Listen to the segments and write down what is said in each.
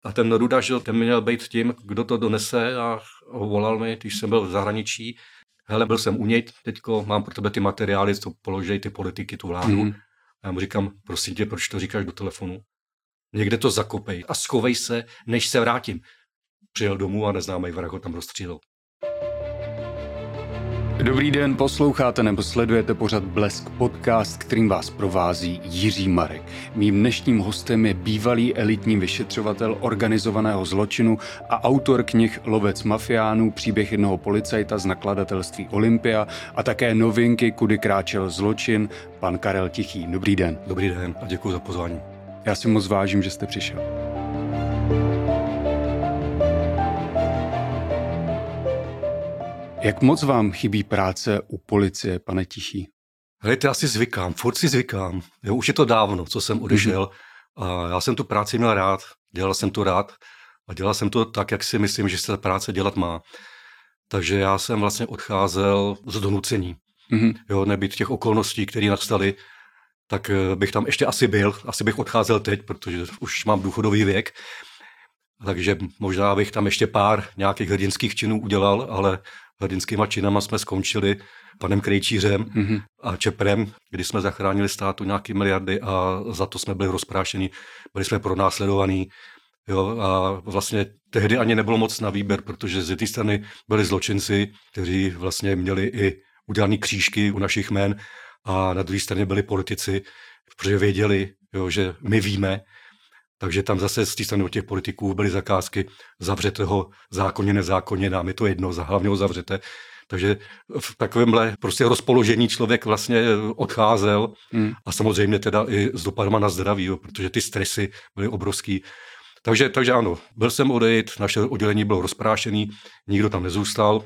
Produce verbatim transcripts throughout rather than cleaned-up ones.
A ten Ruda, že ten měl být tím, kdo to donese a volal mi, když jsem byl v zahraničí. Hele, byl jsem u něj teďko, mám pro tebe ty materiály, co položej ty politiky, tu vládu. Mm. A já mu říkám, prosím tě, proč to říkáš do telefonu? Někde to zakopej a schovej se, než se vrátím. Přijel domů a neznámý vrah ho tam rozstřílel. Dobrý den, posloucháte nebo sledujete pořad Blesk podcast, kterým vás provází Jiří Marek. Mým dnešním hostem je bývalý elitní vyšetřovatel organizovaného zločinu a autor knih Lovec mafiánů, příběh jednoho policajta z nakladatelství Olympia a také novinky Kudy kráčel zločin, pan Karel Tichý. Dobrý den. Dobrý den a děkuji za pozvání. Já si moc vážím, že jste přišel. Jak moc vám chybí práce u policie, pane Tichý? Hejte, já si zvykám, furt si zvykám. Jo, už je to dávno, co jsem odešel. Mm-hmm. A já jsem tu práci měl rád, dělal jsem to rád a dělal jsem to tak, jak si myslím, že se ta práce dělat má. Takže já jsem vlastně odcházel z donucení. Mm-hmm. Jo, nebýt těch okolností, které nastaly, tak bych tam ještě asi byl. Asi bych odcházel teď, protože už mám důchodový věk. Takže možná bych tam ještě pár nějakých hrdinských činů udělal, ale hrdinskýma činama jsme skončili panem Krejčířem mm-hmm. a Čeprem, kdy jsme zachránili státu nějaké miliardy a za to jsme byli rozprášeni, byli jsme pronásledovaní. Jo, a vlastně tehdy ani nebylo moc na výběr, protože z jedné strany byli zločinci, kteří vlastně měli i udělané křížky u našich jmen a na druhé straně byli politici, protože věděli, jo, že my víme. Takže tam zase z té strany od těch politiků byly zakázky, zavřete ho zákonně, nezákonně, nám je to jedno, hlavně ho zavřete. Takže v takovémhle prostě rozpoložení člověk vlastně odcházel hmm. a samozřejmě teda i s dopadama na zdraví, jo, protože ty stresy byly obrovský. Takže, takže ano, byl jsem odejít, naše oddělení bylo rozprášený, nikdo tam nezůstal.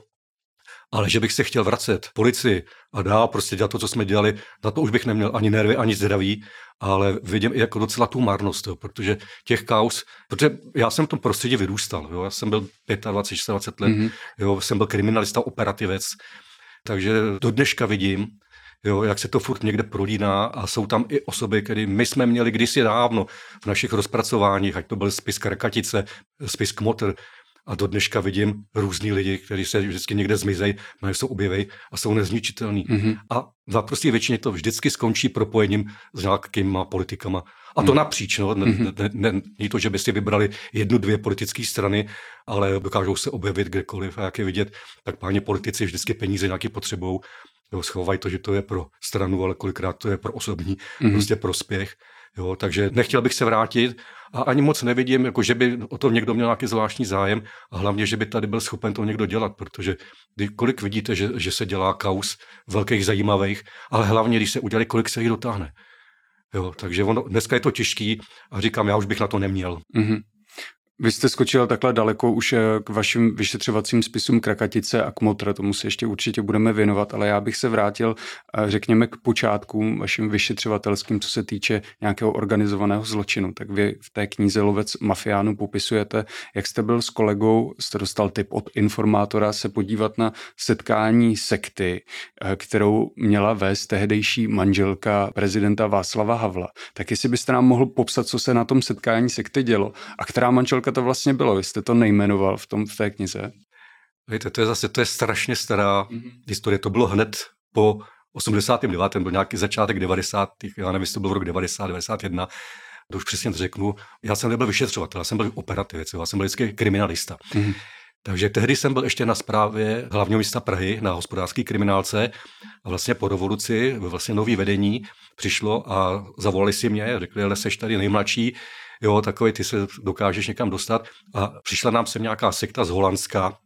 Ale že bych se chtěl vracet policii a dál prostě dělat to, co jsme dělali, na to už bych neměl ani nervy, ani zdraví, ale vidím i jako docela tu marnost, jo, protože těch kauz, protože já jsem v tom prostředí vyrůstal, jo, já jsem byl dvacet pět, dvacet let, mm-hmm. jo, jsem byl kriminalista, operativec, takže do dneška vidím, jo, jak se to furt někde prolíná a jsou tam i osoby, které my jsme měli kdysi dávno v našich rozpracováních, ať to byl spis Krkatice, spis Kmotr, a do dneška vidím různý lidi, kteří se vždycky někde zmizejí, no se objeví a jsou nezničitelní. Mm-hmm. A za prostě většině to vždycky skončí propojením s nějakýma politikama. A to mm-hmm. napříč. No. Mm-hmm. Ne, ne, ne, ne to, že by si vybrali jednu, dvě politické strany, ale dokážou se objevit kdekoliv. A jak je vidět, tak páni politici vždycky peníze nějaký potřebou. Jo, schovají to, že to je pro stranu, ale kolikrát to je pro osobní mm-hmm. prostě prospěch. Jo, takže nechtěl bych se vrátit a ani moc nevidím, jako že by o to někdo měl nějaký zvláštní zájem a hlavně, že by tady byl schopen to někdo dělat, protože kolik vidíte, že, že se dělá kauz velkých zajímavých, ale hlavně, když se udělali, kolik se jich dotáhne. Jo, takže ono, dneska je to těžký a říkám, já už bych na to neměl. Mm-hmm. Vy jste skočil takhle daleko už k vašim vyšetřovacím spisům Krkatice a Kmotr, tomu se ještě určitě budeme věnovat, ale já bych se vrátil, řekněme, k počátkům vašim vyšetřovatelským, co se týče nějakého organizovaného zločinu. Tak vy v té knize Lovec mafiánů popisujete, jak jste byl s kolegou, jste dostal tip od informátora se podívat na setkání sekty, kterou měla vést tehdejší manželka prezidenta Václava Havla. Tak jestli byste nám mohl popsat, co se na tom setkání sekty dělo a která manželka to vlastně bylo, vy jste to nejmenoval v, tom, v té knize. Víte, to je zase, to je strašně stará mm-hmm. historie, to bylo hned po osmdesátém devátém byl nějaký začátek devadesátých já nevím, jestli to byl v rok devadesát, devadesát jedna, to už přesně řeknu, já jsem nebyl vyšetřovatel, já jsem byl operativec, já jsem byl vždycky kriminalista. Mm-hmm. Takže tehdy jsem byl ještě na správě hlavního města Prahy, na hospodářské kriminálce a vlastně po revoluci, vlastně nový vedení přišlo a zavolali si mě, řekli, ale seš tady nejmladší, jo, takový, ty se dokážeš někam dostat a přišla nám sem nějaká sekta z Holandska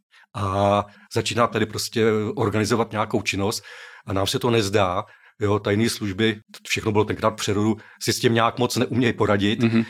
a začíná tady prostě organizovat nějakou činnost a nám se to nezdá, jo, tajné služby, všechno bylo tenkrát přerodu, si s tím nějak moc neumějí poradit mm-hmm.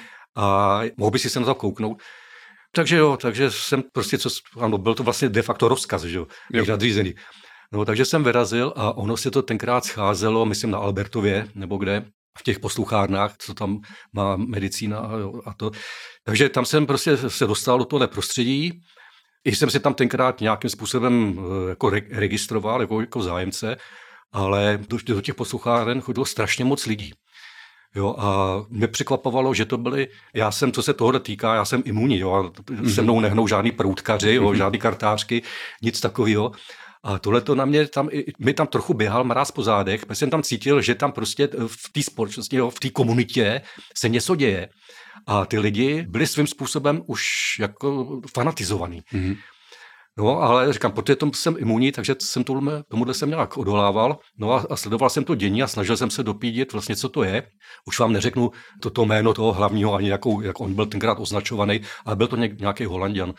a mohl by si se na to kouknout. Takže jo, takže jsem prostě, co, ano, byl to vlastně de facto rozkaz, že jo, nadřízený. No, takže jsem vyrazil a ono se to tenkrát scházelo, myslím na Albertově, nebo kde, v těch posluchárnách, co tam má medicína a, a to. Takže tam jsem prostě se dostal do tohle prostředí. I jsem se tam tenkrát nějakým způsobem jako re- registroval jako, jako zájemce, ale do, do těch poslucháren chodilo strašně moc lidí. Jo, a mě překvapovalo, že to byly, já jsem, co se tohohle týká, já jsem imunní, jo, a mm-hmm. se mnou nehnou žádný proutkaři, jo, žádný kartářky, nic takového. A tohle to na mě tam, mi tam trochu běhal mráz po zádech, protože jsem tam cítil, že tam prostě v té společnosti, jo, v té komunitě se něco děje. A ty lidi byli svým způsobem už jako fanatizovaný. Mm-hmm. No, ale říkám, protože tom jsem imunní, takže jsem tomuhle, tomuhle jsem nějak odolával. No a, a sledoval jsem to dění a snažil jsem se dopídit vlastně, co to je. Už vám neřeknu toto jméno toho hlavního, ani jakou, jak on byl tenkrát označovaný, ale byl to nějaký Holanďan.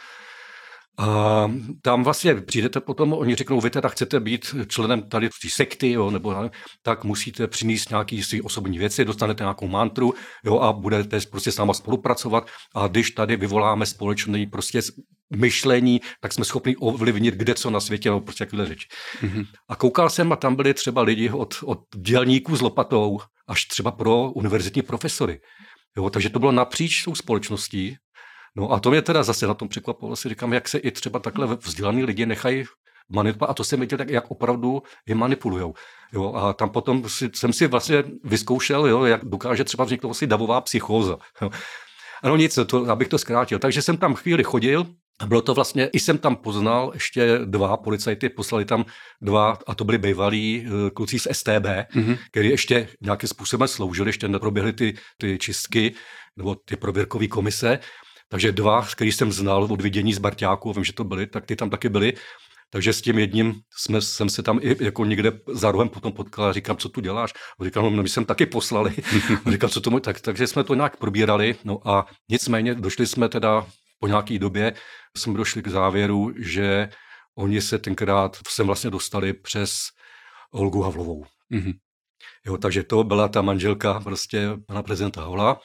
A tam vlastně přijdete potom, oni řeknou, vy teda chcete být členem tady té sekty, jo, nebo ne, tak musíte přinést nějaké své osobní věci, dostanete nějakou mantru, jo, a budete prostě s náma spolupracovat a když tady vyvoláme společné prostě myšlení, tak jsme schopni ovlivnit kde co na světě, no prostě jakýhle řeč. Mm-hmm. A koukal jsem a tam byli třeba lidi od, od dělníků s lopatou až třeba pro univerzitní profesory. Jo, takže to bylo napříč tou společností. No a to mě teda zase na tom překvapilo, si říkám, jak se i třeba takhle vzdělaný lidi nechají manipulovat a to jsem viděl, jak opravdu je manipulujou. Jo, a tam potom si, jsem si vlastně vyzkoušel, jo, jak dokáže třeba vzniknout asi davová psychóza. Jo. Ano nic, to, abych to zkrátil. Takže jsem tam chvíli chodil a bylo to vlastně, i jsem tam poznal ještě dva policajty, poslali tam dva, a to byli bývalí kluci z S T B, mm-hmm. kteří ještě nějakým způsobem sloužili, ještě neproběhly ty, ty čistky nebo ty prověrkové komise. Takže dva, který jsem znal od vidění z Barťáku, vím, že to byli, tak ty tam taky byli. Takže s tím jedním jsme, jsem se tam i jako někde za rohem potom potkal a říkám, co tu děláš? A říkám, no my jsem taky poslali. A říkám, co tomu, tak, takže jsme to nějak probírali. No a nicméně došli jsme teda po nějaký době, jsme došli k závěru, že oni se tenkrát sem vlastně dostali přes Olgu Havlovou. Mm-hmm. Jo, takže to byla ta manželka prostě pana prezidenta Havla.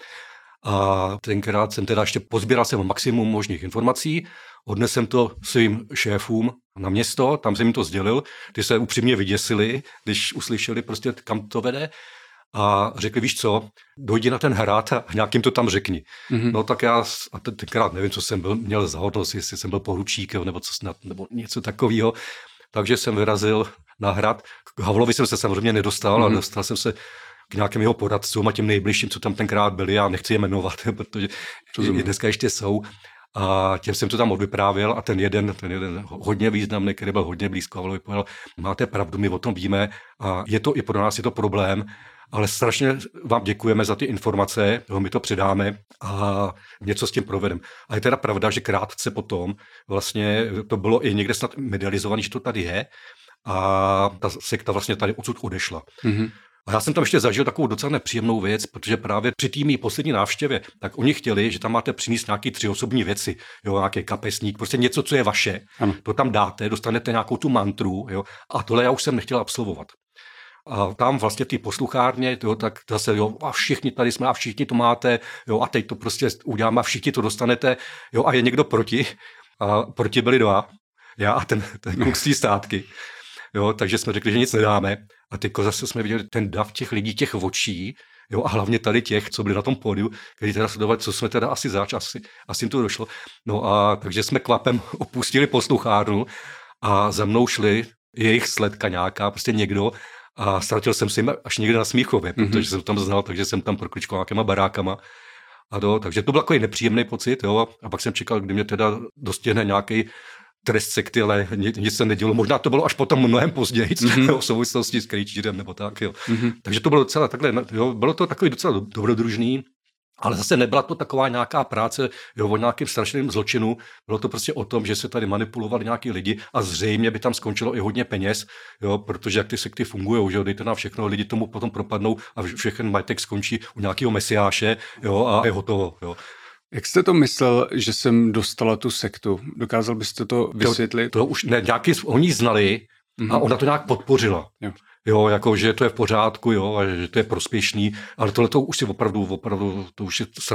A tenkrát jsem teda ještě pozbíral jsem maximum možných informací, odnesl jsem to svým šéfům na město, tam jsem jim to sdělil, ty se upřímně vyděsili, když uslyšeli prostě, kam to vede a řekli, víš co, dojdi na ten hrad a nějakým to tam řekni. Mm-hmm. No tak já, a tenkrát nevím, co jsem byl, měl za hodnost, jestli jsem byl poručík nebo, co snad, nebo něco takového, takže jsem vyrazil na hrad. K Havlovi jsem se samozřejmě nedostal, mm-hmm. a dostal jsem se k nějakým jeho poradcům a těm nejbližším, co tam tenkrát byli, já nechci je jmenovat, protože i dneska ještě jsou. A těm jsem to tam odvyprávěl a ten jeden, ten jeden hodně významný, který byl hodně blízko, ale vypověděl, máte pravdu, my o tom víme a je to i pro nás je to problém, ale strašně vám děkujeme za ty informace, jo, my to předáme a něco s tím provedeme. A je teda pravda, že krátce potom vlastně to bylo i někde snad medializované, že to tady je a ta sekta vlastně tady odsud odešla. Mm-hmm. A já jsem tam ještě zažil takovou docela nepříjemnou věc, protože právě při té mý poslední návštěvě, tak oni chtěli, že tam máte přinést nějaké tři osobní věci, jo, nějaký kapesník, prostě něco, co je vaše. Ano. To tam dáte, dostanete nějakou tu mantru, jo, a tohle já už jsem nechtěl absolvovat. A tam vlastně ty posluchárně, jo, tak zase, jo, a všichni tady jsme a všichni to máte, jo, a teď to prostě uděláme a všichni to dostanete, jo, a je někdo proti. A proti byli dva, já a ten, ten kluk z té státky. Jo, takže jsme řekli, že nic nedáme. A teďko zase jsme viděli ten dav těch lidí, těch očí, jo, a hlavně tady těch, co byli na tom pódiu, kteří teda sledovali, co jsme teda asi zač, asi, asi jim to došlo. No a takže jsme kvapem opustili posluchárnu a za mnou šli jejich sledka nějaká, prostě někdo a ztratil jsem si jim až někde na Smíchově, mm-hmm. protože jsem tam znal, takže jsem tam prokličkoval nějakýma barákama. A to, takže to byl takový nepříjemný pocit, jo, a pak jsem čekal, kdy mě teda dostihne nějaký trest sekty, ale nic se nedělo. Možná to bylo až potom mnohem později, mm-hmm. v souvislosti s Krejčířem nebo tak. Jo. Mm-hmm. Takže to bylo docela takhle, jo, bylo to takový docela dobrodružný, ale zase nebyla to taková nějaká práce, jo, o nějakým strašným zločinu. Bylo to prostě o tom, že se tady manipulovali nějaký lidi a zřejmě by tam skončilo i hodně peněz, jo, protože jak ty sekty fungují, že jo, dejte na všechno, lidi tomu potom propadnou a všechny majetek skončí u nějakého mesiáše, jo, a je hotovo, jo. Jak jste to myslel, že jsem dostala tu sektu? Dokázal byste to vysvětlit? To, to už ne, nějaký, oni znali mm-hmm. a ona to nějak podpořila. Jo. Jo, jako, že to je v pořádku, jo, a že to je prospěšný, ale tohle to už si opravdu, opravdu, to už je strašně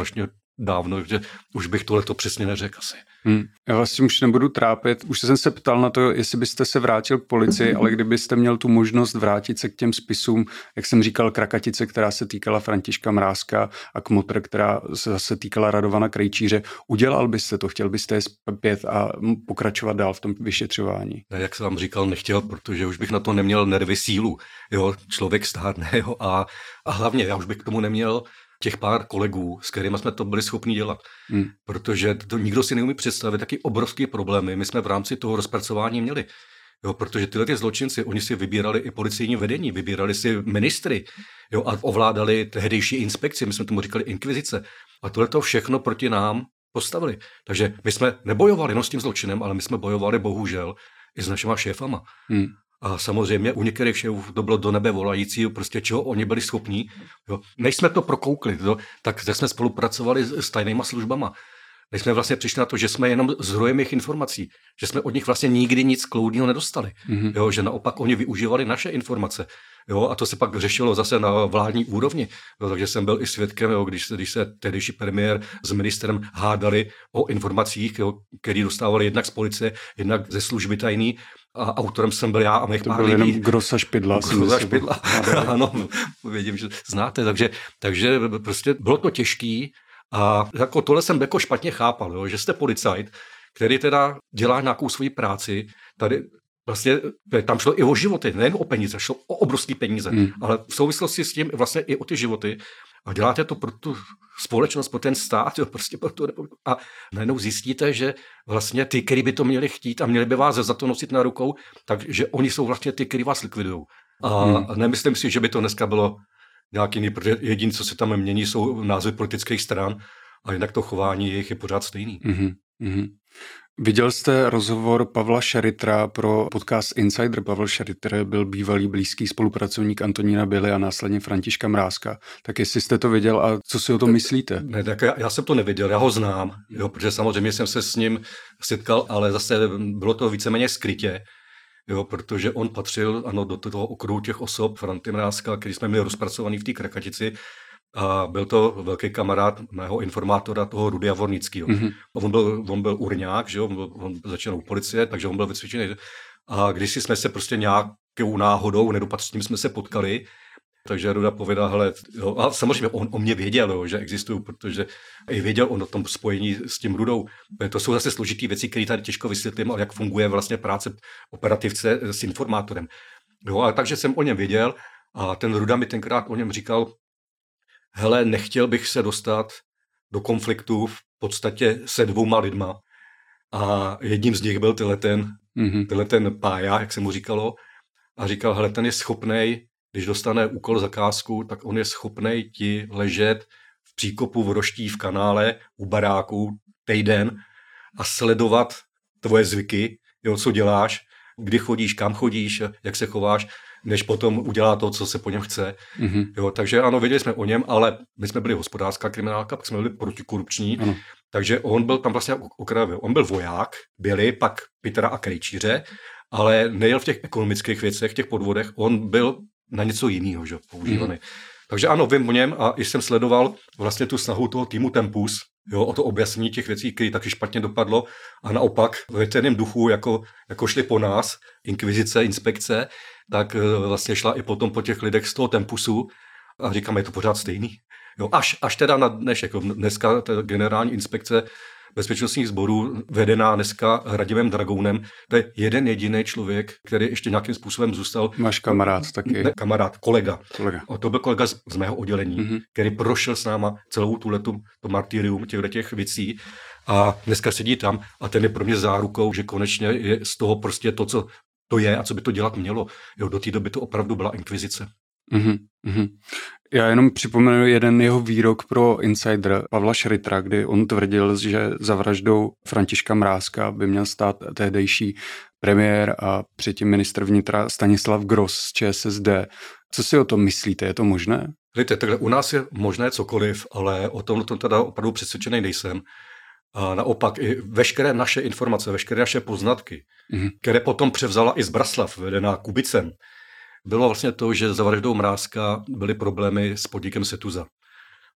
dávno, že už bych tohle to přesně neřekl asi. Hmm. Já vás už nebudu trápit. Už jsem se ptal na to, jestli byste se vrátil k policii, ale kdybyste měl tu možnost vrátit se k těm spisům, jak jsem říkal, Krakatice, která se týkala Františka Mrázka, a Kmotr, která se zase týkala Radovana Krejčíře, udělal byste to? Chtěl byste je zpět a pokračovat dál v tom vyšetřování? Ne, jak jsem vám říkal, nechtěl, protože už bych na to neměl nervy, sílu. Jo, člověk stárne, jo, a, a hlavně já už bych k tomu neměl těch pár kolegů, s kterými jsme to byli schopni dělat. Hmm. Protože to nikdo si neumí představit, taky obrovské problémy my jsme v rámci toho rozpracování měli. Jo, protože tyhle ty zločinci, oni si vybírali i policejní vedení, vybírali si ministry, jo, a ovládali tehdejší inspekci, my jsme tomu říkali inkvizice. A tohle to všechno proti nám postavili. Takže my jsme nebojovali jenom s tím zločinem, ale my jsme bojovali bohužel i s našima šéfama. Hmm. A samozřejmě u některých šéfů to bylo do nebe volající, prostě čeho oni byli schopní. Jo. Než jsme to prokoukli, jo, tak, tak jsme spolupracovali s, s tajnýma službama. Než jsme vlastně přišli na to, že jsme jenom zdrojem jejich informací, že jsme od nich vlastně nikdy nic kloudného nedostali. Mm-hmm. Jo, že naopak oni využívali naše informace. Jo, a to se pak řešilo zase na vládní úrovni. Jo, takže jsem byl i svědkem, jo, když, když se tehdejší premiér s ministrem hádali o informacích, jo, které dostávali jednak z policie, jednak ze služby tajný. A autorem jsem byl já a mých pár lidí. To byl jenom Gross a Špidla. Gross a Špidla, ano, vědím, že znáte. Takže, takže prostě bylo to těžký a jako tohle jsem jako špatně chápal, jo, že jste policajt, který teda dělá nějakou svoji práci, tady vlastně tam šlo i o životy, nejen o peníze, šlo o obrovské peníze, hmm. ale v souvislosti s tím vlastně i o ty životy. A děláte to pro tu společnost, pro ten stát, jo, prostě pro tu republiku. A najednou zjistíte, že vlastně ty, kteří by to měli chtít a měli by vás za to nosit na rukou, takže oni jsou vlastně ty, kteří vás likvidují. A hmm. nemyslím si, že by to dneska bylo nějaký jiný, protože jediné, co se tam mění, jsou názvy politických stran a jinak to chování jejich je pořád stejný. Hmm. Hmm. Viděl jste rozhovor Pavla Šaritra pro podcast Insider. Pavel Šaritr byl bývalý blízký spolupracovník Antonína Billy a následně Františka Mrázka. Tak jestli jste to viděl a co si o tom myslíte? Ne, tak já, já jsem to neviděl, já ho znám, jo, protože samozřejmě jsem se s ním setkal, ale zase bylo to víceméně skrytě, jo, protože on patřil ano, do toho okruhu těch osob Franty Mrázka, který jsme měli rozpracovaný v té Krakatici. A byl to velký kamarád mého informátora, toho Rudy Javornického. Mm-hmm. On byl, on byl urňák, že jo? On, byl, on začal u policie, takže on byl vycvičený. A když jsme se prostě nějakou náhodou, nedopatřením jsme se potkali, takže Ruda pověděl, hele, jo, a samozřejmě on o mě věděl, jo, že existuju, protože i věděl on o tom spojení s tím Rudou. To jsou zase složitý věci, které tady těžko vysvětlím, ale jak funguje vlastně práce operativce s informátorem. Jo, a takže jsem o něm věděl a ten Ruda mi tenkrát o něm říkal, hele, nechtěl bych se dostat do konfliktu v podstatě se dvouma lidma. A jedním z nich byl tyhle ten, mm-hmm. tyhle ten Pája, jak se mu říkalo. A říkal, hele, ten je schopnej, když dostane úkol, zakázku, tak on je schopnej ti ležet v příkopu v roští v kanále u baráku týden a sledovat tvoje zvyky, jo, co děláš, kdy chodíš, kam chodíš, jak se chováš, než potom udělá to, co se po něm chce. Mm-hmm. Jo, takže ano, věděli jsme o něm, ale my jsme byli hospodářská kriminálka, pak jsme byli protikorupční, mm. takže on byl tam vlastně okrajově. On byl voják, byli pak Petra a Krejčíře, ale nejel v těch ekonomických věcech, v těch podvodech, on byl na něco jiného, že, používaný. Mm. Takže ano, vím o něm a i jsem sledoval vlastně tu snahu toho týmu Tempus, jo, o to objasnění těch věcí, které taky špatně dopadlo a naopak ve stejném duchu, jako, jako šli po nás, inkvizice, inspekce, tak vlastně šla i potom po těch lidech z toho Tempusu a říkám, je to pořád stejný. Jo, až, až teda na dnešek, dneska ta generální inspekce bezpečnostních sborů, vedená dneska Radimem Dragounem, to je jeden jediný člověk, který ještě nějakým způsobem zůstal. Máš kamarád taky. Ne, kamarád, kolega. kolega. A to byl kolega z, z mého oddělení, mm-hmm. který prošel s náma celou tuhletu to martyrium těch věcí a dneska sedí tam a ten je pro mě zárukou, že konečně je z toho prostě to, co to je a co by to dělat mělo. Jo, do té doby to opravdu byla inkvizice. Mm-hmm, mm-hmm. Já jenom připomenu jeden jeho výrok pro Insider Pavla Šaritra, kdy on tvrdil, že za vraždou Františka Mrázka by měl stát tehdejší premiér a předtím ministr vnitra Stanislav Gross z ČSSD. Co si o tom myslíte? Je to možné? Víte, takhle u nás je možné cokoliv, ale o tom to teda opravdu přesvědčený nejsem. A naopak i veškeré naše informace, veškeré naše poznatky, mm-hmm. které potom převzala i Zbraslav, vedená Kubicem, bylo vlastně to, že za vraždou Mrázka byly problémy s podnikem Setuza.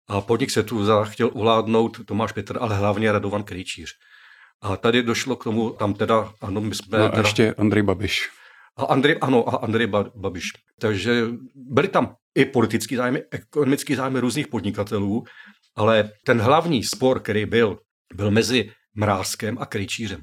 A podnik Setuza chtěl ovládnout Tomáš Pitr, ale hlavně Radovan Krejčíř. A tady došlo k tomu, tam teda, ano, my jsme... No a teda, ještě Andrej Babiš. A Andrej, ano, a Andrej Babiš. Takže byly tam i politický zájmy, ekonomický zájmy různých podnikatelů, ale ten hlavní spor, který byl, byl mezi Mrázkem a Krejčířem.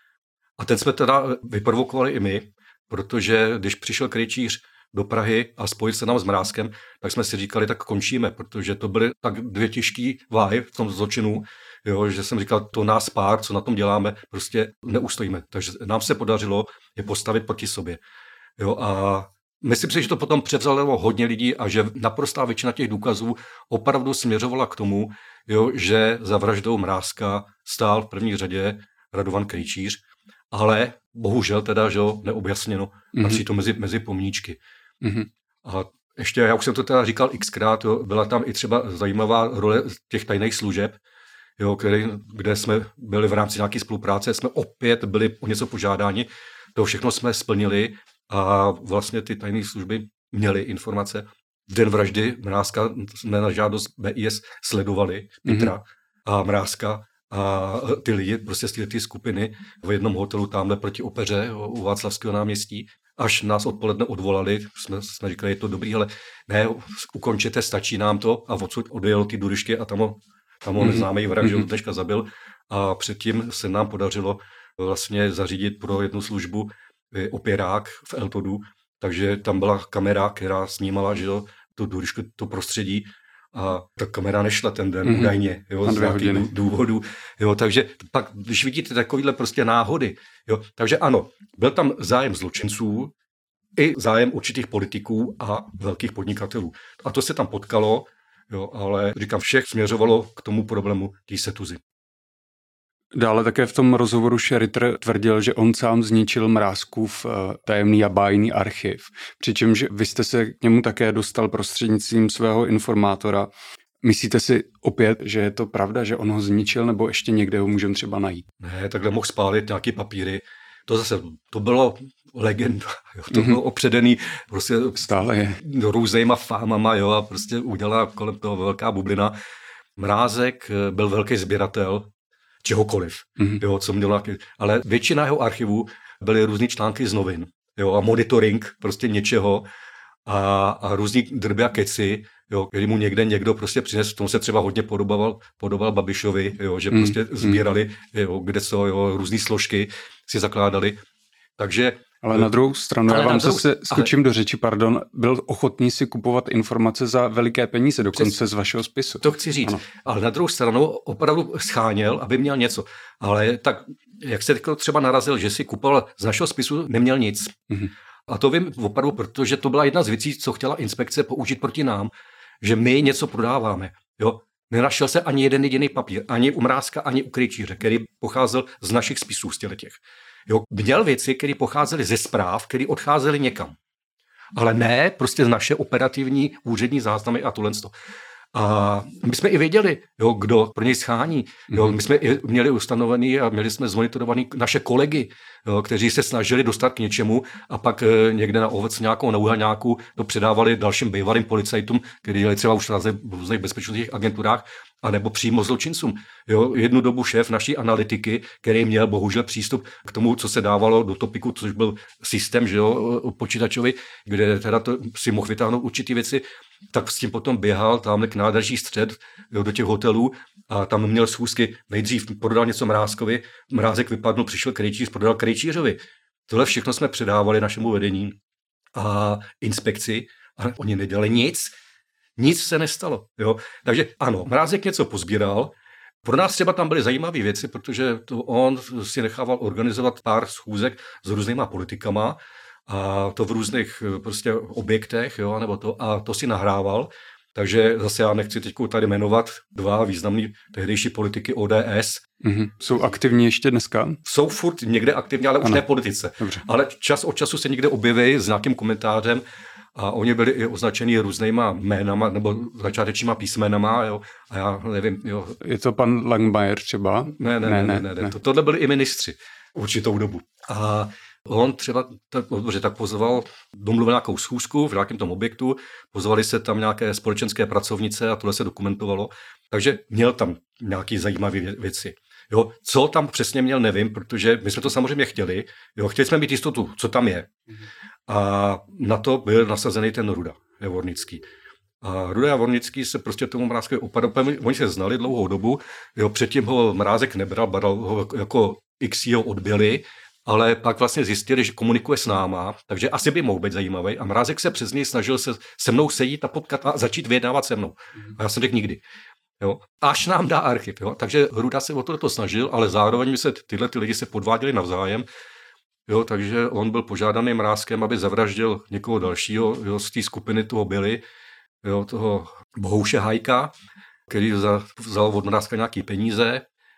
A ten jsme teda vyprovokovali i my, protože když přišel Krejčíř do Prahy a spojil se nám s Mrázkem, tak jsme si říkali, tak končíme, protože to byly tak dvě těžký váhy v tom zločinu, jo, že jsem říkal, to nás pár, co na tom děláme, prostě neustojíme. Takže nám se podařilo je postavit proti sobě. Jo, a myslím si, že to potom převzalo hodně lidí a že naprostá většina těch důkazů opravdu směřovala k tomu, jo, že za vraždou Mrázka stál v první řadě Radovan Krejčíř, ale bohužel teda, že jo, neobjasněno, mm-hmm. patří to mezi, mezi pomníčky. Mm-hmm. A ještě, já už jsem to teda říkal xkrát, jo, byla tam i třeba zajímavá role těch tajných služeb, jo, který, kde jsme byli v rámci nějaké spolupráce, jsme opět byli o něco požádáni, to všechno jsme splnili a vlastně ty tajné služby měly informace. V den vraždy Mrázka jsme na žádost B I S sledovali Petra mm-hmm. a Mrázka a ty lidi prostě z ty skupiny v jednom hotelu tamhle proti opeře u Václavského náměstí. Až nás odpoledne odvolali, jsme, jsme říkali, je to dobrý, ale ne, ukončete, stačí nám to a odsud odjelo ty duryšky a tam ho, tam ho neznámý vrah, že ho dneška zabil a předtím se nám podařilo vlastně zařídit pro jednu službu opěrák v Eltodu, takže tam byla kamera, která snímala, že jo, tu duryšku, to prostředí a ta kamera nešla ten den mm-hmm. údajně, jo, z nějakých důvodů, jo, takže pak, když vidíte takovýhle prostě náhody, jo, takže ano, byl tam zájem zločinců i zájem určitých politiků a velkých podnikatelů. A to se tam potkalo, jo, ale říkám, všech směřovalo k tomu problému té Setuzy. Dále také v tom rozhovoru Ritter tvrdil, že on sám zničil Mrázkův tajemný a bájný archiv. Přičemž vy jste se k němu také dostal prostřednictvím svého informátora. Myslíte si opět, že je to pravda, že on ho zničil, nebo ještě někde ho můžeme třeba najít? Ne, takhle mohl spálit nějaký papíry. To zase, to bylo legenda, jo, to mm-hmm. bylo opředený prostě stále je různýma fámama, jo, a prostě udělala kolem toho velká bublina. Mrázek byl velký sběratel čehokoliv, mm-hmm. jo, co měl nějaký, ale většina jeho archivů byly různý články z novin, jo, a monitoring prostě něčeho a, a různý drby a keci, jo, který mu někde někdo prostě přines, v tom se třeba hodně podobal, podobal Babišovi, jo, že mm-hmm. prostě sbírali, jo, kde co, jo, různý složky si zakládali, takže ale na druhou stranu, já vám druhou, zase skočím ale, do řeči, pardon, byl ochotný si kupovat informace za veliké peníze, dokonce přes, z vašeho spisu. To chci říct, ano. Ale na druhou stranu opravdu scháněl, aby měl něco. Ale tak, jak se třeba narazil, že si kupoval z našeho spisu, neměl nic. Mm-hmm. A to vím opravdu, protože to byla jedna z věcí, co chtěla inspekce použít proti nám, že my něco prodáváme. Jo? Nenašel se ani jeden jediný papír, ani u Mrázka, ani u Krejčíře, který pocházel z našich spisů z těch. Jo, měl věci, které pocházely ze zpráv, které odcházely někam. Ale ne prostě z naše operativní úřední záznamy a tohle. A my jsme i věděli, jo, kdo pro něj schání. Jo, my jsme i měli ustanovený a měli jsme zmonitorovaný naše kolegy, jo, kteří se snažili dostat k něčemu a pak e, někde na ovec nějakou, na úhelňáku to předávali dalším bývalým policajtům, kteří dělali třeba už v různých bezpečnostních agenturách, anebo přímo zločincům. Jo, jednu dobu šéf naší analytiky, který měl bohužel přístup k tomu, co se dávalo do topiku, což byl systém, že jo, počítačový, kde teda to si mohl vytáhnout určitý věci, tak s tím potom běhal tamhle k nádraží Střed, jo, do těch hotelů a tam měl schůzky, nejdřív prodal něco Mrázkovi, Mrázek vypadnul, přišel Krejčíř, prodal Krejčířovi. Tohle všechno jsme předávali našemu vedení a inspekci a oni nedělali nic. Nic se nestalo. Jo? Takže ano, Mrázek něco pozbíral. Pro nás třeba tam byly zajímavé věci, protože to on si nechával organizovat pár schůzek s různýma politikama a to v různých prostě objektech, jo, nebo to, a to si nahrával. Takže zase já nechci teď tady jmenovat dva významný tehdejší politiky O D S. Mm-hmm. Jsou aktivní ještě dneska? Jsou furt někde aktivní, ale už ano. Ne politice. Dobře. Ale čas od času se někde objeví s nějakým komentářem a oni byli i označeni různýma jménama nebo začátečníma písmenama, jo, a já nevím, jo. Je to pan Langmajer třeba? Ne, ne, ne, ne, ne, ne. ne. Tohle byli i ministři určitou dobu. A On třeba tak, dobře, tak pozval, domluvil nějakou schůzku v nějakém tom objektu, pozvali se tam nějaké společenské pracovnice a tohle se dokumentovalo, takže měl tam nějaké zajímavé věci. Jo, co tam přesně měl, nevím, protože my jsme to samozřejmě chtěli, jo, chtěli jsme mít jistotu, co tam je. A na to byl nasazený ten Ruda Javornický. A Ruda Javornický se prostě tomu Mrázkovi opadl, oni se znali dlouhou dobu, jo, předtím ho Mrázek nebral, bral ho jako x ho odbyli, ale pak vlastně zjistili, že komunikuje s náma, takže asi by mohl být zajímavý. A Mrázek se přes něj snažil se se mnou sejít a potkat a začít vyjednávat se mnou. A já jsem řekl nikdy. Jo. Až nám dá archiv. Jo. Takže Ruda se o to snažil, ale zároveň se tyhle ty lidi se podváděli navzájem. Jo, takže on byl požádaný Mrázkem, aby zavraždil někoho dalšího, jo, z té skupiny toho byli, jo, toho Bohouše Hajka, který vzal od Mrázka nějaký peníze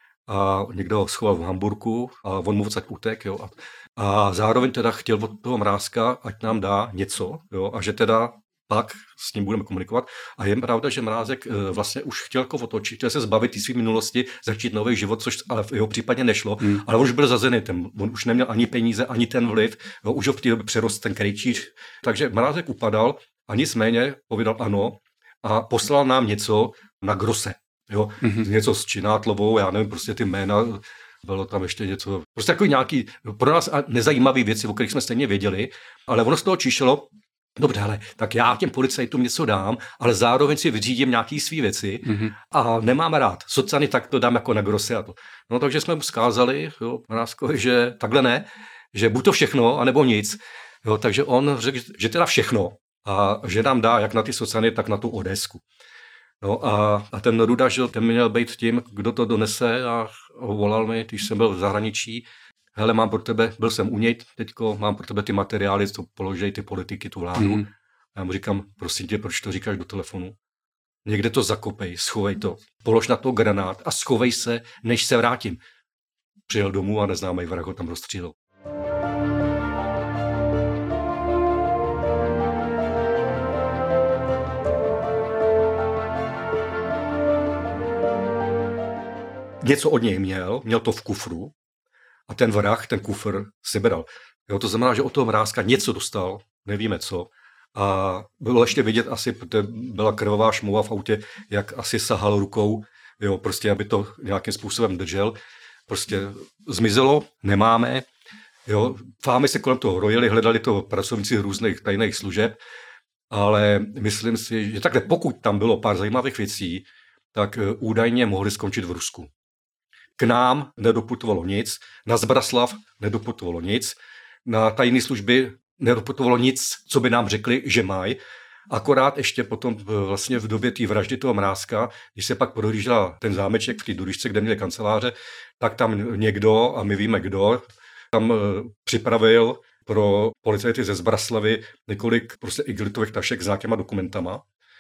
a někdo ho schoval v Hamburku a on mu odsaď utek. Jo, a, a zároveň teda chtěl od toho Mrázka, ať nám dá něco, jo, a že teda pak s ním budeme komunikovat. A je pravda, že Mrázek vlastně už chtěl jako otočit, chtěl se zbavit té své minulosti, začít nový život, což ale v jeho případě nešlo. Hmm. Ale on už byl za zenitem, on už neměl ani peníze, ani ten vliv, jo, už ho v té době přerost ten Krejčíř. Takže Mrázek upadal a nicméně povědal ano a poslal nám něco na Grose. Jo, hmm. Něco s Činátlovou, já nevím, prostě ty jména, bylo tam ještě něco, prostě takový nějaký pro nás nezajímavý věci, o kterých jsme stejně věděli, ale ono z toho čišelo. Dobře, ale tak já těm policajtům něco dám, ale zároveň si vyřídím nějaký svý věci mm-hmm. a nemám rád. Socany tak to dám jako na Grose a to. No takže jsme mu vzkázali, jo, Mrázkovi, že takhle ne, že buď to všechno, anebo nic. Jo, takže on řekl, že teda všechno a že nám dá jak na ty socany, tak na tu Odesku. No a, a ten Ruda, že ten měl být tím, kdo to donese a volal mi, když jsem byl v zahraničí, hele, mám pro tebe, byl jsem u něj teďko, mám pro tebe ty materiály, co položej ty politiky, tu vládu. Mm. A já mu říkám, prosím tě, proč to říkáš do telefonu? Někde to zakopej, schovej to, polož na to granát a schovej se, než se vrátím. Přijel domů a neznámý vrah ho tam rozstřílel. Něco od něj měl, měl to v kufru, a ten vrah, ten kufr sebral. Jo, to znamená, že od toho Mrázka něco dostal, nevíme co. A bylo ještě vidět asi, protože byla krvavá šmouva v autě, jak asi sahal rukou, jo, prostě aby to nějakým způsobem držel. Prostě zmizelo, nemáme. Jo, fámy se kolem toho rojili, hledali to pracovníci různých tajných služeb, ale myslím si, že takhle pokud tam bylo pár zajímavých věcí, tak údajně mohli skončit v Rusku. K nám nedoputovalo nic, na Zbraslav nedoputovalo nic, na tajné služby nedoputovalo nic, co by nám řekli, že mají. Akorát ještě potom vlastně v době té vraždy toho Mrázka, když se pak prohlížela ten zámeček v té Dulišce, kde měli kanceláře, tak tam někdo, a my víme kdo, tam připravil pro policajty ze Zbraslavy několik prostě igelitových tašek s nějakýma dokumentama.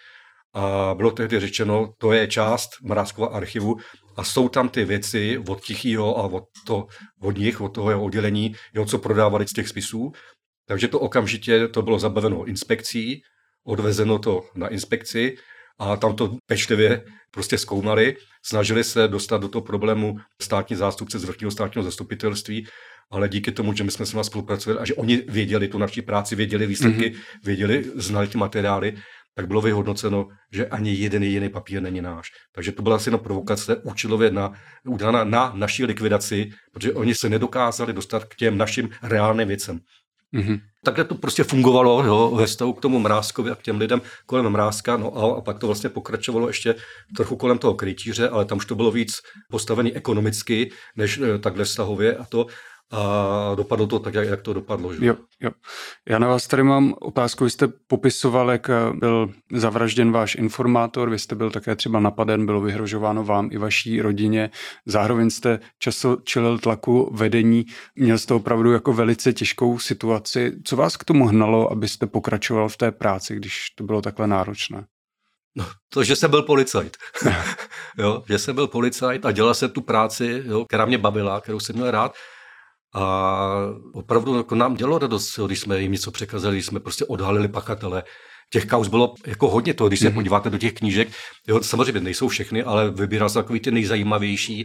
A bylo tehdy řečeno, to je část Mrázkova archivu a jsou tam ty věci od Tichýho a od, to, od nich, od toho jeho oddělení, jo, co prodávali z těch spisů. Takže to okamžitě to bylo zabaveno inspekcí, odvezeno to na inspekci a tam to pečlivě prostě zkoumali. Snažili se dostat do toho problému státní zástupce z vrchního státního zastupitelství, ale díky tomu, že my jsme s nimi spolupracovali a že oni věděli tu naši práci, věděli výsledky, mm-hmm. věděli, znali ty materiály, tak bylo vyhodnoceno, že ani jeden jediný papír není náš. Takže to byla asi na provokace účelově na, udána na naší likvidaci, protože oni se nedokázali dostat k těm našim reálným věcem. Mm-hmm. Takhle to prostě fungovalo, jo, ve vztahu k tomu Mrázkovi a k těm lidem kolem Mrázka, no a, a pak to vlastně pokračovalo ještě trochu kolem toho Krejčíře, ale tam už to bylo víc postavený ekonomicky, než takhle vztahově a to. A dopadlo to tak, jak to dopadlo. Že? Jo, jo. Já na vás tady mám otázku. Vy jste popisoval, jak byl zavražděn váš informátor, vy jste byl také třeba napaden, bylo vyhrožováno vám i vaší rodině. Zároveň jste často čelil tlaku vedení. Měl jste opravdu jako velice těžkou situaci. Co vás k tomu hnalo, abyste pokračoval v té práci, když to bylo takhle náročné? No, to, že jsem byl policajt. jo, že jsem byl policajt a dělal jsem tu práci, jo, která mě bavila, kterou jsem měl rád. A opravdu jako nám dělo radost, když jsme jim něco překazali, když jsme prostě odhalili pachatele. Těch kauz bylo jako hodně toho, když se mm-hmm. podíváte do těch knížek. Jo, samozřejmě nejsou všechny, ale vybíral jsem takový ty nejzajímavější.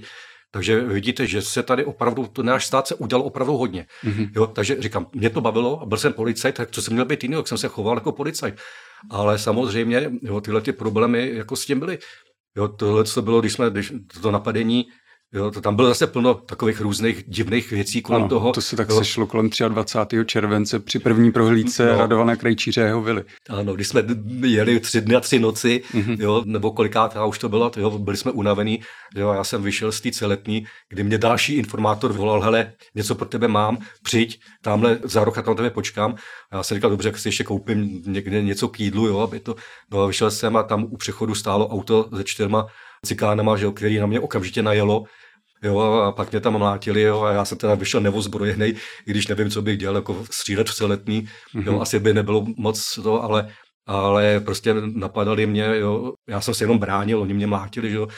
Takže vidíte, že se tady opravdu, to náš stát se udělal opravdu hodně. Mm-hmm. Jo, takže říkám, mě to bavilo, byl jsem policajt, tak co jsem měl být jiný, jak jsem se choval jako policajt. Ale samozřejmě jo, tyhle ty problémy jako s tím byly. Jo, tohle to bylo, když jsme, když to napadení, jo, to tam bylo zase plno takových různých divných věcí kolem ano, toho. To se tak jo. sešlo kolem dvacátého třetího července při první prohlídce no. Radovana Krejčíře a jeho vily. Ano, když jsme jeli tři dny a tři noci, mm-hmm. jo, nebo kolikát už to bylo, jo, byli jsme unavení, jo, já jsem vyšel z té celetní, kdy mě další informátor volal, hele, něco pro tebe mám, přijď, tamhle za rok a tam tebe počkám. A já jsem říkal, dobře, jak si ještě koupím někde něco k jídlu, jo, aby to, no a vyšel jsem a tam u přechodu stálo auto se čtyřma cikánama, že jo, který na mě okamžitě najelo. Jo, a pak mě tam mlátili, jo, a já jsem teda vyšel neozbrojenej, i když nevím, co bych dělal, jako střílet v celetní, mm-hmm. jo, asi by nebylo moc to, ale, ale prostě napadali mě, jo, já jsem se jenom bránil, oni mě mlátili, jo,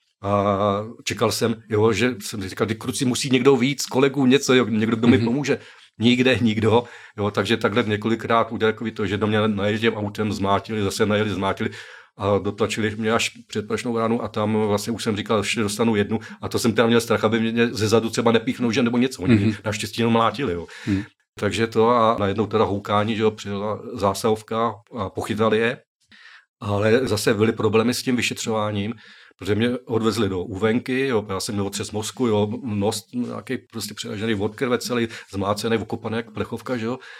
a čekal jsem, jo, že jsem říkal, ty kruci musí někdo víc, kolegů, něco, jo, někdo, kdo mi mm-hmm. pomůže. Nikde, nikdo, jo, takže takhle několikrát udělali takový to, že do mě najezdím autem, zmátili, zase najeli, zmátili, a dotlačili mě až před Prašnou bránu a tam vlastně už jsem říkal, že dostanu jednu a to jsem teda měl strach, aby mě ze zadu třeba nepíchnou, že nebo něco. Oni mm-hmm. naštěstí jenom mlátili. Jo. Mm. Takže to a najednou teda houkání, že jo, přijela zásahovka a pochytali je, ale zase byly problémy s tím vyšetřováním, protože mě odvezli do úvenky, jo, já jsem měl otřes mozku, jo, nos nějaký prostě přeražený od krve celý, zmlácený, okopaný jak plechovka, že jo.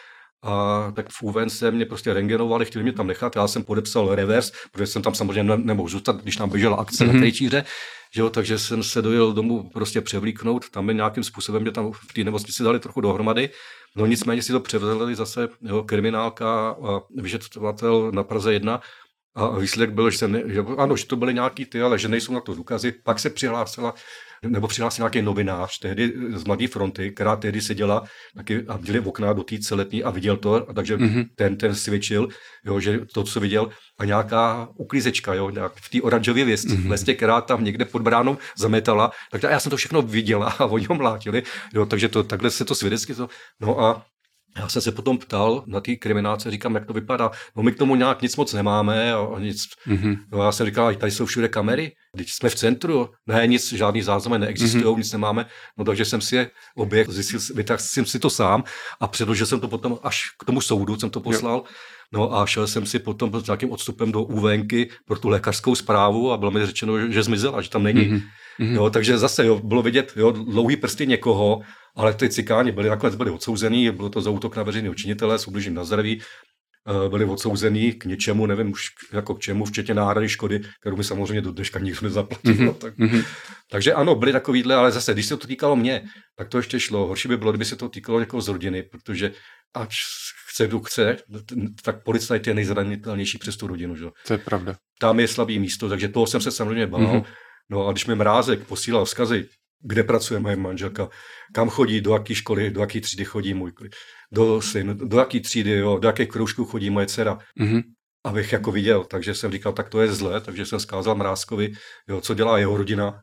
A tak v úvence mě prostě rengenovali, chtěli mě tam nechat, já jsem podepsal revers, protože jsem tam samozřejmě ne- nemohl zůstat, když tam běžela akce mm-hmm. na Krejčíře, že jo, takže jsem se dojel domů prostě převlíknout, tam by nějakým způsobem mě tam v té nemocnici dali trochu dohromady, no nicméně si to převzali zase jo, kriminálka a vyšetřovatel na Praze jedna a výsledek byl, že, jsem, že ano, že to byly nějaký ty, ale že nejsou na to důkazy, pak se přihlásila nebo přihlásil nějaký novinář tehdy z Mladé fronty, která tehdy seděla taky a viděli okna do té celetní a viděl to, a takže mm-hmm. ten, ten svědčil, jo, že to, co viděl, a nějaká uklízečka, jo, nějak v té oranžové věstě, mm-hmm. věstě, která tam někde pod bránou zametala, tak já jsem to všechno viděla a oni ho mlátili, jo, takže to, takhle se to svědecky to, no a já jsem se potom ptal na té kriminálce, říkám, jak to vypadá. No my k tomu nějak nic moc nemáme a nic. Mm-hmm. No já jsem říkal, tady jsou všude kamery, když jsme v centru, ne, nic, žádný záznamy neexistují, mm-hmm. nic nemáme. No takže jsem si je oběh, zjistil, vytáhl jsem si to sám a předložil jsem to potom až k tomu soudu, jsem to poslal. Jo. No a šel jsem si potom s nějakým odstupem do úvenky pro tu lékařskou zprávu a bylo mi řečeno, že, že zmizela, že tam není. Mm-hmm. Jo, takže zase jo, bylo vidět jo, dlouhý prsty někoho, ale ty cikáni byli nakonec byli odsouzený, bylo to za útok na veřejného činitele s ublížením na zdraví, byli odsouzený k něčemu, nevím už jako k čemu, včetně náhrady škody, kterou mi samozřejmě do dneška nikdo nezaplatil. Mm-hmm. Tak. Takže ano, byli takovýhle, ale zase, když se to týkalo mě, tak to ještě šlo. Horší by bylo, kdyby se to týkalo někoho z rodiny, protože ať chce, kdo chce, tak policajt je nejzranitelnější přes tu rodinu. Že? To je pravda. Tam je slabý místo, takže toho jsem se samozřejmě bál. Mm-hmm. No a když mi Mrázek posílal vzkazy, kde pracuje moje manželka, kam chodí, do jaké školy, do jaké třídy chodí můj do syn, do jaké třídy, jo, do jaké kroužku chodí moje dcera, mm-hmm. abych jako viděl. Takže jsem říkal, tak to je zlé, takže jsem vzkázal Mrázkovi, jo, co dělá jeho rodina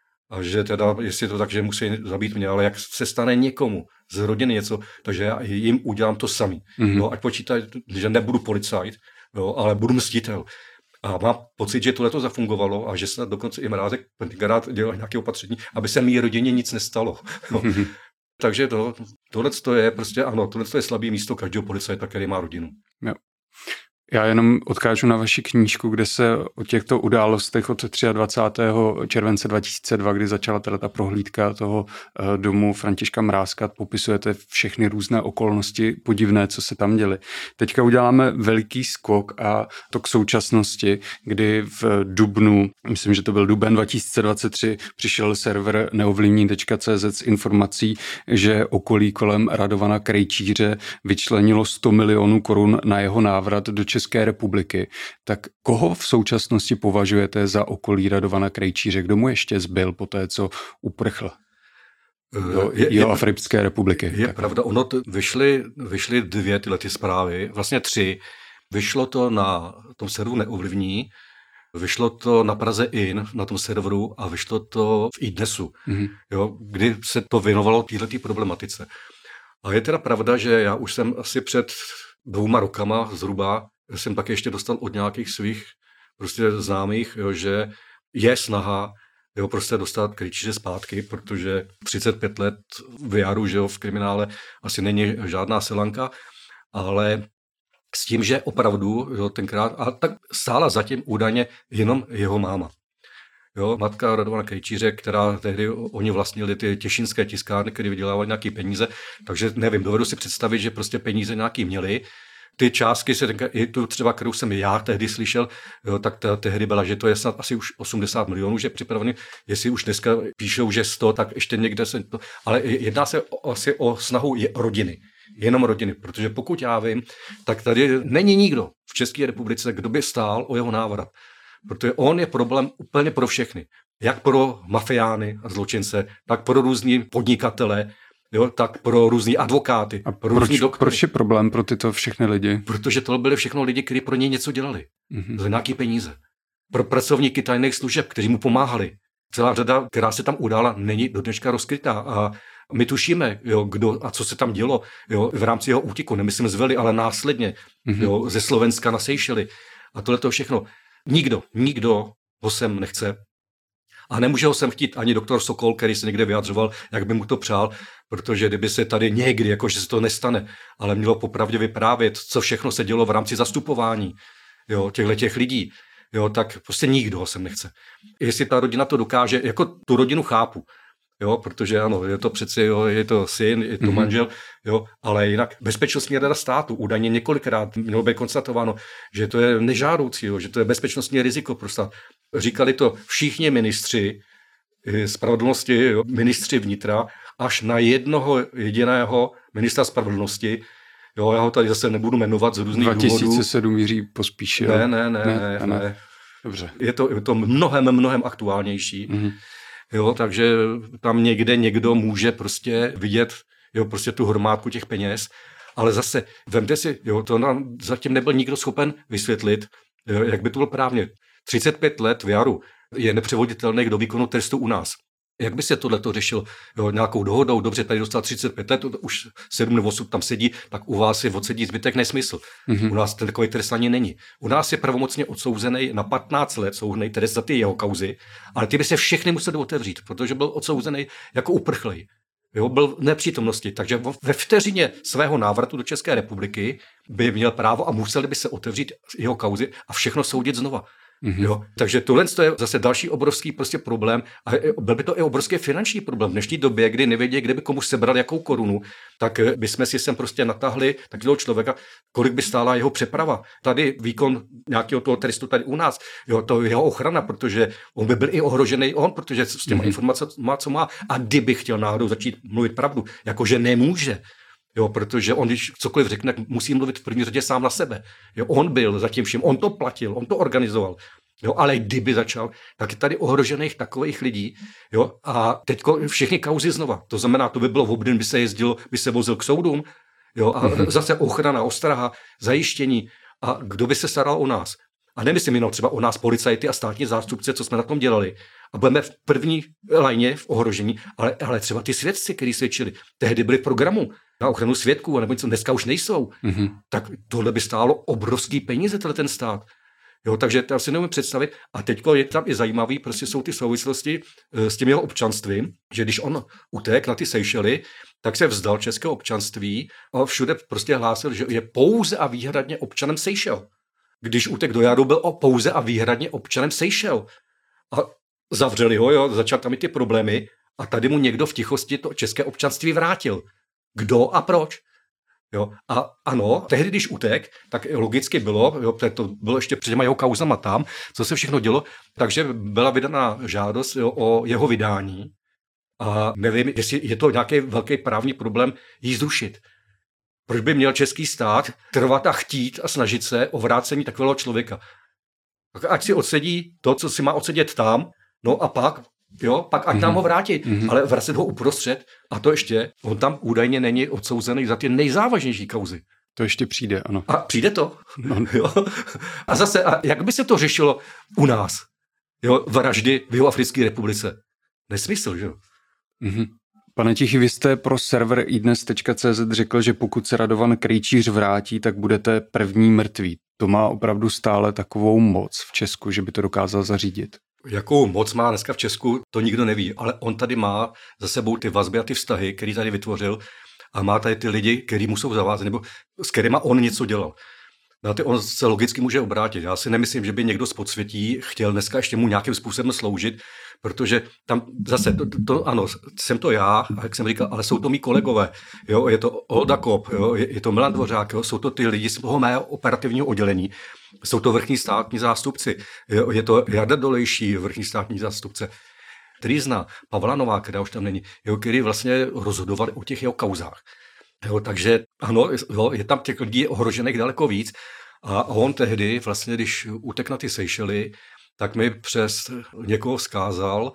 a že teda, jestli to tak, že musí zabít mě, ale jak se stane někomu z rodiny něco, takže já jim udělám to samý. Mm-hmm. No, ať počítají, že nebudu policajt, jo, ale budu mstitel. A mám pocit, že tohle to zafungovalo a že se dokonce i Mrázek tenkrát dělal nějaké opatření, aby se mý rodině nic nestalo. No. Mm-hmm. Takže to, tohle je prostě, ano, tohle je slabý místo každého policajta, který má rodinu. Jo. Já jenom odkážu na vaši knížku, kde se o těchto událostech od dvacátého třetího července dva tisíce dva, kdy začala teda ta prohlídka toho domu Františka Mrázka, popisujete všechny různé okolnosti podivné, co se tam děly. Teďka uděláme veliký skok a to k současnosti, kdy v dubnu, myslím, že to byl duben dva tisíce dvacet tři, přišel server neovlivní tečka cé zet s informací, že okolí kolem Radovana Krejčíře vyčlenilo sto milionů korun na jeho návrat do České republiky, tak koho v současnosti považujete za okolí Radovana Krejčíře? Kdo mu ještě zbyl po té, co uprchl do Jihoafrické republiky? Je tak. Pravda, ono t- vyšly, vyšly dvě tyhle ty zprávy, vlastně tři. Vyšlo to na tom serveru Neovlivní, vyšlo to na Praze In, na tom serveru a vyšlo to v iDnesu, mm-hmm. jo, kdy se to věnovalo této problematice. A je teda pravda, že já už jsem asi před dvouma rokama zhruba jsem taky ještě dostal od nějakých svých prostě známých, jo, že je snaha jo, prostě dostat Krejčíře zpátky, protože třicet pět let v Jaru, že jo, v kriminále asi není žádná selanka, ale s tím, že opravdu, jo, tenkrát, a tak stála zatím údajně jenom jeho máma. Jo, matka Radovana Krejčíře, která tehdy oni vlastnili ty těšínské tiskárny, které vydělávali nějaké peníze, takže nevím, dovedu si představit, že prostě peníze nějaký měli. Ty částky se tenka, i tu třeba, kterou jsem já tehdy slyšel, jo, tak ta, tehdy byla, že to je snad asi už osmdesát milionů, že je připravený, jestli už dneska píšou, že sto, tak ještě někde se to, ale jedná se o, asi o snahu je, rodiny. Jenom rodiny, protože pokud já vím, tak tady není nikdo v České republice, kdo by stál o jeho návrat. Protože on je problém úplně pro všechny. Jak pro mafiány a zločince, tak pro různí podnikatele, jo, tak pro různí advokáty. A pro proč, proč je problém pro tyto všechny lidi? Protože to byly všechno lidi, kteří pro něj něco dělali. Mm-hmm. Za nějaké peníze. Pro pracovníky tajných služeb, kteří mu pomáhali. Celá řada, která se tam udála, není do dneška rozkrytá. A my tušíme, jo, kdo a co se tam dělo, jo, v rámci jeho útěku, nemyslím z Vely, ale následně, mm-hmm. jo, ze Slovenska na Seychely. A tohle to všechno. Nikdo, nikdo ho sem nechce. A nemůže ho sem chtít ani doktor Sokol, který se někde vyjadřoval, jak by mu to přál, protože kdyby se tady někdy, jakože se to nestane, ale mělo popravdě vyprávět, co všechno se dělo v rámci zastupování, jo, těchto těch lidí, jo, tak prostě nikdo ho sem nechce. Jestli ta rodina to dokáže, jako tu rodinu chápu, jo, protože ano, je to přeci, jo, je to syn, je to mm-hmm. manžel, jo, ale jinak bezpečnostní rada státu údajně několikrát mělo být konstatováno, že to je nežádoucí, jo, že to je bezpečnostní riziko pro stát. Říkali to všichni ministři spravedlnosti, jo, ministři vnitra, až na jednoho jediného ministra spravedlnosti. Jo, já ho tady zase nebudu jmenovat z různých důvodů. dva tisíce sedm Jiří Pospíšil. Ne, ne, ne, ne, ne, ne. Dobře. Je to, je to mnohem, mnohem aktuálnější. Mm-hmm. Jo, takže tam někde někdo může prostě vidět, jo, prostě tu hromádku těch peněz, ale zase, vemte si, jo, to nám zatím nebyl nikdo schopen vysvětlit, jo, jak by to bylo právně. třicet pět let v Jaru je nepřevoditelný do výkonu trestu u nás. Jak by se tohleto řešilo, jo, nějakou dohodou, dobře, tady dostal třicet pět let, už sedm nebo osm tam sedí, tak u vás je odsedí zbytek nesmysl. Mm-hmm. U nás ten takový trest ani není. U nás je pravomocně odsouzený na patnáct let souhnej trest za ty jeho kauzy, ale ty by se všechny museli otevřít, protože byl odsouzený jako uprchlej. Jo, byl v nepřítomnosti, takže ve vteřině svého návratu do České republiky by měl právo a museli by se otevřít jeho kauzy a všechno soudit znova. Mm-hmm. Jo? Takže tohle je zase další obrovský prostě problém a byl by to i obrovský finanční problém. V dnešní době, kdy nevědí, kde by komu sebral jakou korunu, tak bychom si sem prostě natáhli takového člověka, kolik by stála jeho přeprava. Tady výkon nějakého toho trestu tady u nás, jo, to jeho ochrana, protože on by byl i ohrožený on, protože s těma mm-hmm. informacemi má, co má a kdyby chtěl náhodou začít mluvit pravdu, jakože nemůže. Jo, protože on, když cokoliv řekne, musí mluvit v první řadě sám na sebe. Jo, on byl zatím vším, on to platil, on to organizoval. Jo, ale kdyby začal, tak je tady ohrožených takových lidí. Jo, a teďko všechny kauzy znova. To znamená, to by bylo v období, by se jezdil, by se vozil k soudům. Jo, a mm-hmm. zase ochrana, ostraha, zajištění. A kdo by se staral o nás? A nemyslím jenom třeba o nás policajty a státní zástupce, co jsme na tom dělali. A budeme v první lajně v ohrožení, ale, ale třeba ty svědci, kteří svědčili, tehdy byli v programu na ochranu svědků, nebo něco dneska už nejsou. Mm-hmm. Tak tohle by stálo obrovský peníze, ten stát. Jo, takže to si neumím představit. A teďko je tam i zajímavý, prostě jsou ty souvislosti s tím jeho občanstvím, že když on utek na ty Seychely, tak se vzdal českého občanství a všude prostě hlásil, že je pouze a výhradně občanem Seychel. Když utek do Jaru, byl pouze a výhradně občanem Seychel. A zavřeli ho, jo, začal tam i ty problémy a tady mu někdo v tichosti to české občanství vrátil. Kdo a proč? Jo, a ano, tehdy, když utek, tak logicky bylo, jo, to bylo ještě před těma jeho kauzama tam, co se všechno dělo, takže byla vydaná žádost, jo, o jeho vydání a nevím, jestli je to nějaký velký právní problém jí zrušit. Proč by měl český stát trvat a chtít a snažit se o vrácení takového člověka? Ať si odsedí to, co si má odsedět tam, no a pak, jo, pak ať mm-hmm. nám ho vrátí, mm-hmm. ale vracet ho uprostřed a to ještě, on tam údajně není odsouzený za ty nejzávažnější kauzy. To ještě přijde, ano. A přijde to. No. Jo. A zase, a jak by se to řešilo u nás? Jo, vraždy v Jihoafrické republice. Nesmysl, že jo? Mm-hmm. Pane Tichy, vy jste pro server i dnes tečka cé zet řekl, že pokud se Radovan Krejčíř vrátí, tak budete první mrtví. To má opravdu stále takovou moc v Česku, že by to dokázal zařídit? Jakou moc má dneska v Česku, to nikdo neví, ale on tady má za sebou ty vazby a ty vztahy, který tady vytvořil a má tady ty lidi, který mu jsou zavázat, nebo s kterými on něco dělal. Na ty on se logicky může obrátit. Já si nemyslím, že by někdo z podsvětí chtěl dneska ještě mu nějakým způsobem sloužit, protože tam zase, to, to, ano, jsem to já, jak jsem říkal, ale jsou to mý kolegové. Jo, je to Olda Kop, jo, je, je to Milan Dvořák, jo, jsou to ty lidi z toho mého operativního oddělení, jsou to vrchní státní zástupci, jo, je to Jarda Dolejší, vrchní státní zástupce, který zná Pavla Nová, která už tam není, jo, který vlastně rozhodovali o těch jeho kauzách. Jo, takže ano, jo, je tam těch lidí ohrožených daleko víc a on tehdy vlastně, když utek na ty Seychely, tak mi přes někoho vzkázal,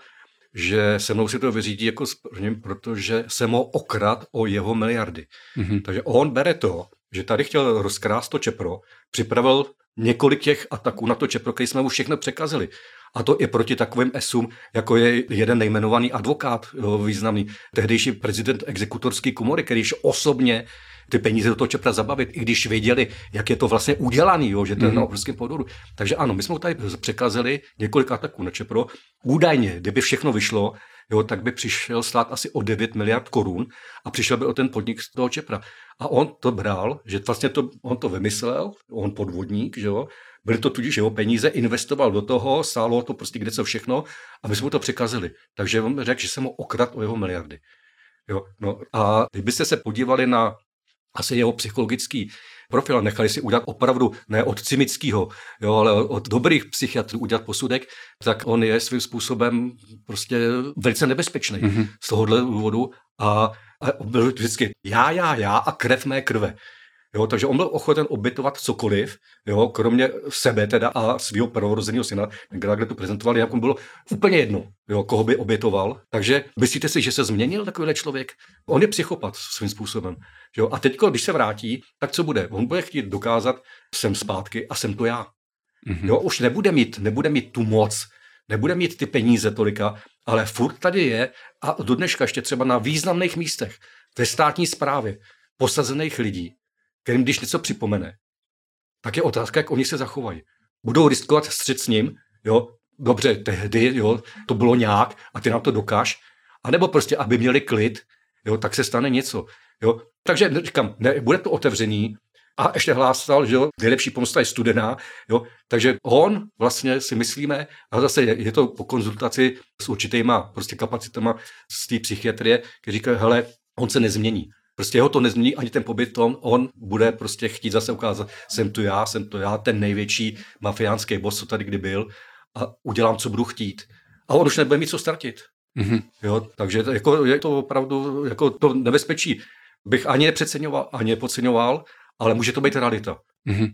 že se mnou si to vyřídí jako s prvním, protože jsem ho okrad o jeho miliardy. Mm-hmm. Takže on bere to, že tady chtěl rozkrást to Čepro, připravil několik těch ataků na to Čepro, který jsme mu všechno překazili. A to i proti takovým esům, jako je jeden nejmenovaný advokát, jo, významný, tehdejší prezident exekutorské komory, který osobně ty peníze do toho Čepra zabavit, i když věděli, jak je to vlastně udělaný, jo, že to je mm-hmm. na obrovském podvodu. Takže ano, my jsme tady překazili několik ataků na Čepro. Údajně, kdyby všechno vyšlo, jo, tak by přišel stát asi o devět miliard korun a přišel by o ten podnik z toho Čepra. A on to bral, že vlastně to, on to vymyslel, on podvodník, že jo, byly to tudíž jeho peníze, investoval do toho, stálo to prostě kde co všechno a my jsme mu to překazili. Takže on řekl, že jsem ho okradl o jeho miliardy. Jo, no a kdybyste se podívali na asi jeho psychologický profil, nechali si udělat opravdu, ne od cynického, jo, ale od dobrých psychiatrů udělat posudek, tak on je svým způsobem prostě velice nebezpečný mm-hmm. z tohohle důvodu a, a byl vždycky já, já, já a krev mé krve. Jo, takže on byl ochoten obětovat cokoliv, jo, kromě sebe teda a svého prvorozeného syna, kde to prezentovali, jak mu bylo úplně jedno, jo, koho by obětoval. Takže myslíte si, že se změnil takovýhle člověk? On je psychopat svým způsobem. Jo, a teď, když se vrátí, tak co bude? On bude chtít dokázat, jsem zpátky a jsem to já. Mm-hmm. Jo, už nebude mít, nebude mít tu moc, nebude mít ty peníze tolika, ale furt tady je a do dneška ještě třeba na významných místech ve státní správě posazených lidí, kterým když něco připomene, tak je otázka, jak oni se zachovají. Budou riskovat střet s ním, jo, dobře, tehdy, jo, to bylo nějak a ty nám to dokáž, anebo prostě, aby měli klid, jo, tak se stane něco, jo. Takže říkám, ne, bude to otevřený a ještě hlásal, že jo, nejlepší pomsta je studená, jo, takže on vlastně si myslíme, a zase je, je to po konzultaci s určitýma prostě kapacitama z té psychiatrie, který říká, hele, on se nezmění. Prostě jeho to nezmění ani ten pobyt, on, on bude prostě chtít zase ukázat, jsem tu já, jsem to já, ten největší mafiánský boss, co tady kdy byl a udělám, co budu chtít. A on už nebude mít co ztratit. Mm-hmm. Jo, takže jako, je to opravdu, jako to nebezpečí bych ani nepřeceňoval, ani nepodceňoval, ale může to být realita. Mm-hmm.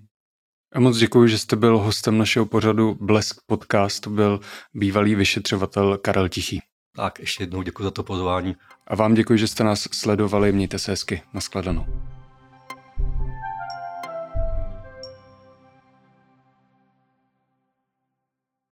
A moc děkuji, že jste byl hostem našeho pořadu Blesk podcast, to byl bývalý vyšetřovatel Karel Tichý. Tak, ještě jednou děkuji za to pozvání. A vám děkuji, že jste nás sledovali, mějte se hezky, nashledanou.